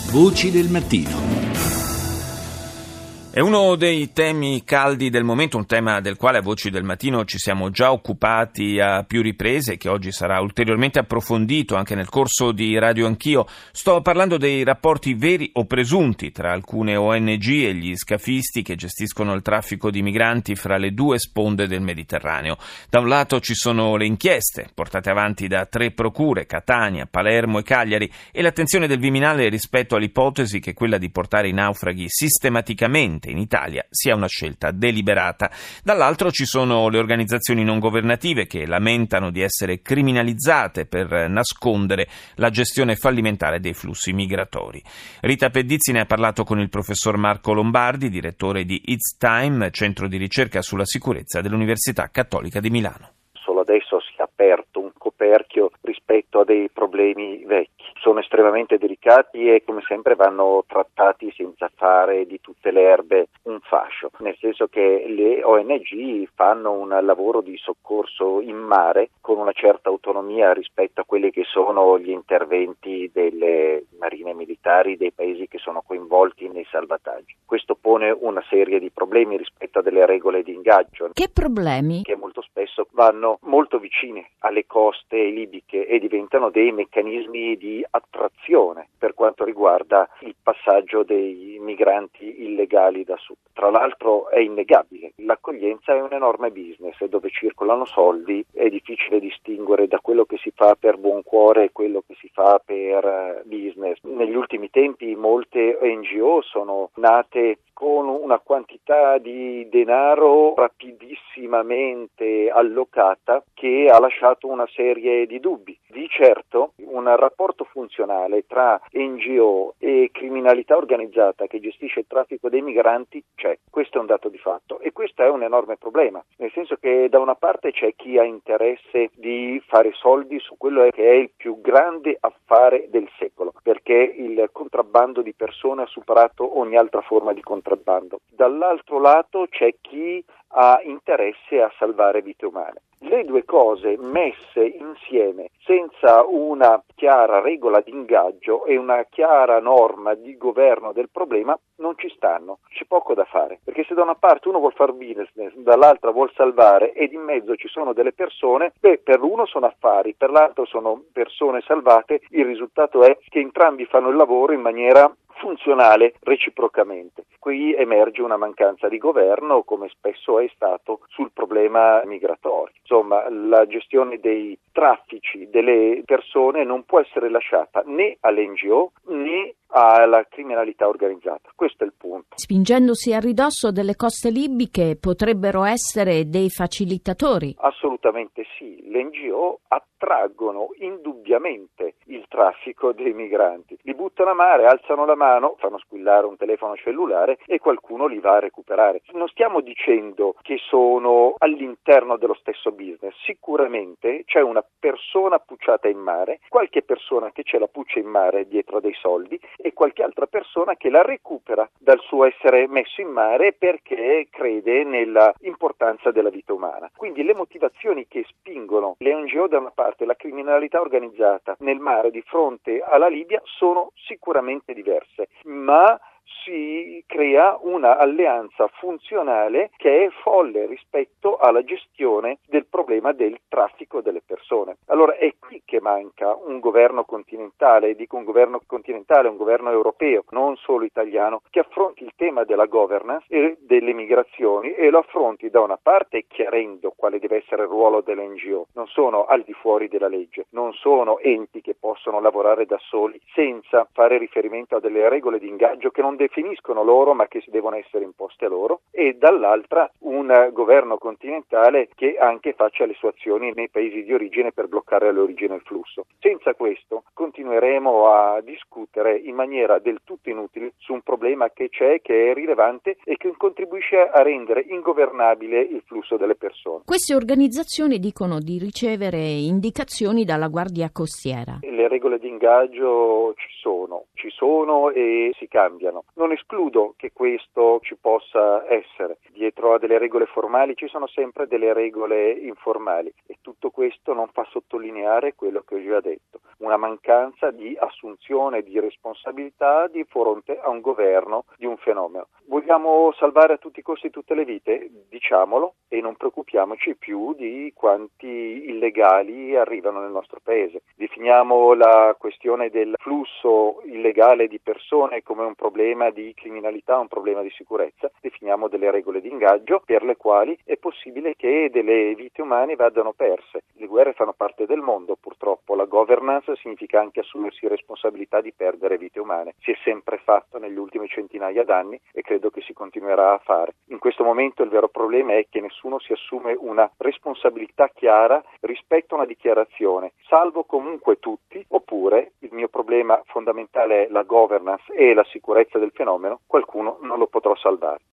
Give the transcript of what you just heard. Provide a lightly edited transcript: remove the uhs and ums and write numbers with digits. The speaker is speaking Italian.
Voci del mattino. È uno dei temi caldi del momento, un tema del quale a Voci del Mattino ci siamo già occupati a più riprese, che oggi sarà ulteriormente approfondito anche nel corso di Radio Anch'io. Sto parlando dei rapporti veri o presunti tra alcune ONG e gli scafisti che gestiscono il traffico di migranti fra le due sponde del Mediterraneo. Da un lato ci sono le inchieste portate avanti da 3 procure, Catania, Palermo e Cagliari, e l'attenzione del Viminale rispetto all'ipotesi che quella di portare i naufraghi sistematicamente in Italia sia una scelta deliberata. Dall'altro ci sono le organizzazioni non governative che lamentano di essere criminalizzate per nascondere la gestione fallimentare dei flussi migratori. Rita Pedizzi ne ha parlato con il professor Marco Lombardi, direttore di It's Time, centro di ricerca sulla sicurezza dell'Università Cattolica di Milano. Solo adesso si è aperto un coperchio rispetto a dei problemi vecchi. Sono estremamente delicati e come sempre vanno trattati senza fare di tutte le erbe un fascio, nel senso che le ONG fanno un lavoro di soccorso in mare con una certa autonomia rispetto a quelli che sono gli interventi delle marine militari dei paesi che sono coinvolti nei salvataggi. Questo pone una serie di problemi rispetto a delle regole di ingaggio. Che problemi? Che molto spesso vanno molto vicine alle coste libiche e diventano dei meccanismi di attrazione per quanto riguarda il passaggio dei migranti illegali da sud. Tra l'altro è innegabile, l'accoglienza è un enorme business dove circolano soldi, è difficile distinguere da quello che si fa per buon cuore e quello che si fa per business. Negli ultimi tempi molte NGO sono nate con una quantità di denaro rapidissimamente allocata che ha lasciato una serie di dubbi. Di certo un rapporto funzionale tra NGO e criminalità organizzata che gestisce il traffico dei migranti c'è, questo è un dato di fatto e questo è un enorme problema, nel senso che da una parte c'è chi ha interesse di fare soldi su quello che è il più grande affare del secolo, perché il contrabbando di persone ha superato ogni altra forma di contrabbando. Dall'altro lato c'è chi ha interesse a salvare vite umane. Le due cose messe insieme senza una chiara regola di ingaggio e una chiara norma di governo del problema non ci stanno, c'è poco da fare, perché se da una parte uno vuol fare business, dall'altra vuol salvare ed in mezzo ci sono delle persone, per l'uno sono affari, per l'altro sono persone salvate, il risultato è che entrambi fanno il lavoro in maniera funzionale reciprocamente. Qui emerge una mancanza di governo, come spesso è stato sul problema migratorio. Insomma, la gestione dei traffici delle persone non può essere lasciata né alle NGO né alla criminalità organizzata. Questo è il punto. Spingendosi a ridosso delle coste libiche potrebbero essere dei facilitatori? Assolutamente sì. Le NGO attraggono indubbiamente il traffico dei migranti. Li buttano a mare, alzano la mano, fanno squillare un telefono cellulare e qualcuno li va a recuperare. Non stiamo dicendo che sono all'interno dello stesso business. Sicuramente c'è una persona pucciata in mare, qualche persona che ce la puccia in mare dietro dei soldi e qualche altra persona che la recupera dal suo essere messo in mare perché crede nella importanza della vita umana. Quindi le motivazioni che spingono le NGO da una parte e la criminalità organizzata nel mare di fronte alla Libia sono sicuramente diverse, ma si crea una alleanza funzionale che è folle rispetto alla gestione del problema del traffico delle persone. Allora è qui che manca un governo continentale, dico un governo continentale, un governo europeo, non solo italiano, che affronti il tema della governance e delle migrazioni e lo affronti da una parte chiarendo quale deve essere il ruolo delle NGO. Non sono al di fuori della legge, non sono enti che possono lavorare da soli senza fare riferimento a delle regole di ingaggio che non definiscono loro ma che si devono essere imposte a loro, e dall'altra un governo continentale che anche faccia le sue azioni nei paesi di origine per bloccare all'origine il flusso. Senza questo continueremo a discutere in maniera del tutto inutile su un problema che c'è, che è rilevante e che contribuisce a rendere ingovernabile il flusso delle persone. Queste organizzazioni dicono di ricevere indicazioni dalla Guardia Costiera. Le regole di ingaggio ci sono e si cambiano. Non escludo che questo ci possa essere. Dietro a delle regole formali ci sono sempre delle regole informali e tutto questo non fa sottolineare quello che ho già detto, una mancanza di assunzione di responsabilità di fronte a un governo di un fenomeno. Vogliamo salvare a tutti i costi tutte le vite? Diciamolo e non preoccupiamoci più di quanti illegali arrivano nel nostro paese. Definiamo la questione del flusso illegale di persone come un problema di criminalità, un problema di sicurezza. Definiamo delle regole di ingaggio per le quali è possibile che delle vite umane vadano perse. Le guerre fanno parte del mondo, purtroppo. La governance significa anche assumersi responsabilità di perdere vite umane. Si è sempre fatto negli ultimi centinaia d'anni e credo che si continuerà a fare. In questo momento il vero problema è che nessuno si assume una responsabilità chiara rispetto a una dichiarazione. Salvo comunque tutti, oppure il mio problema fondamentale è la governance e la sicurezza del fenomeno, qualcuno non lo potrà salvare.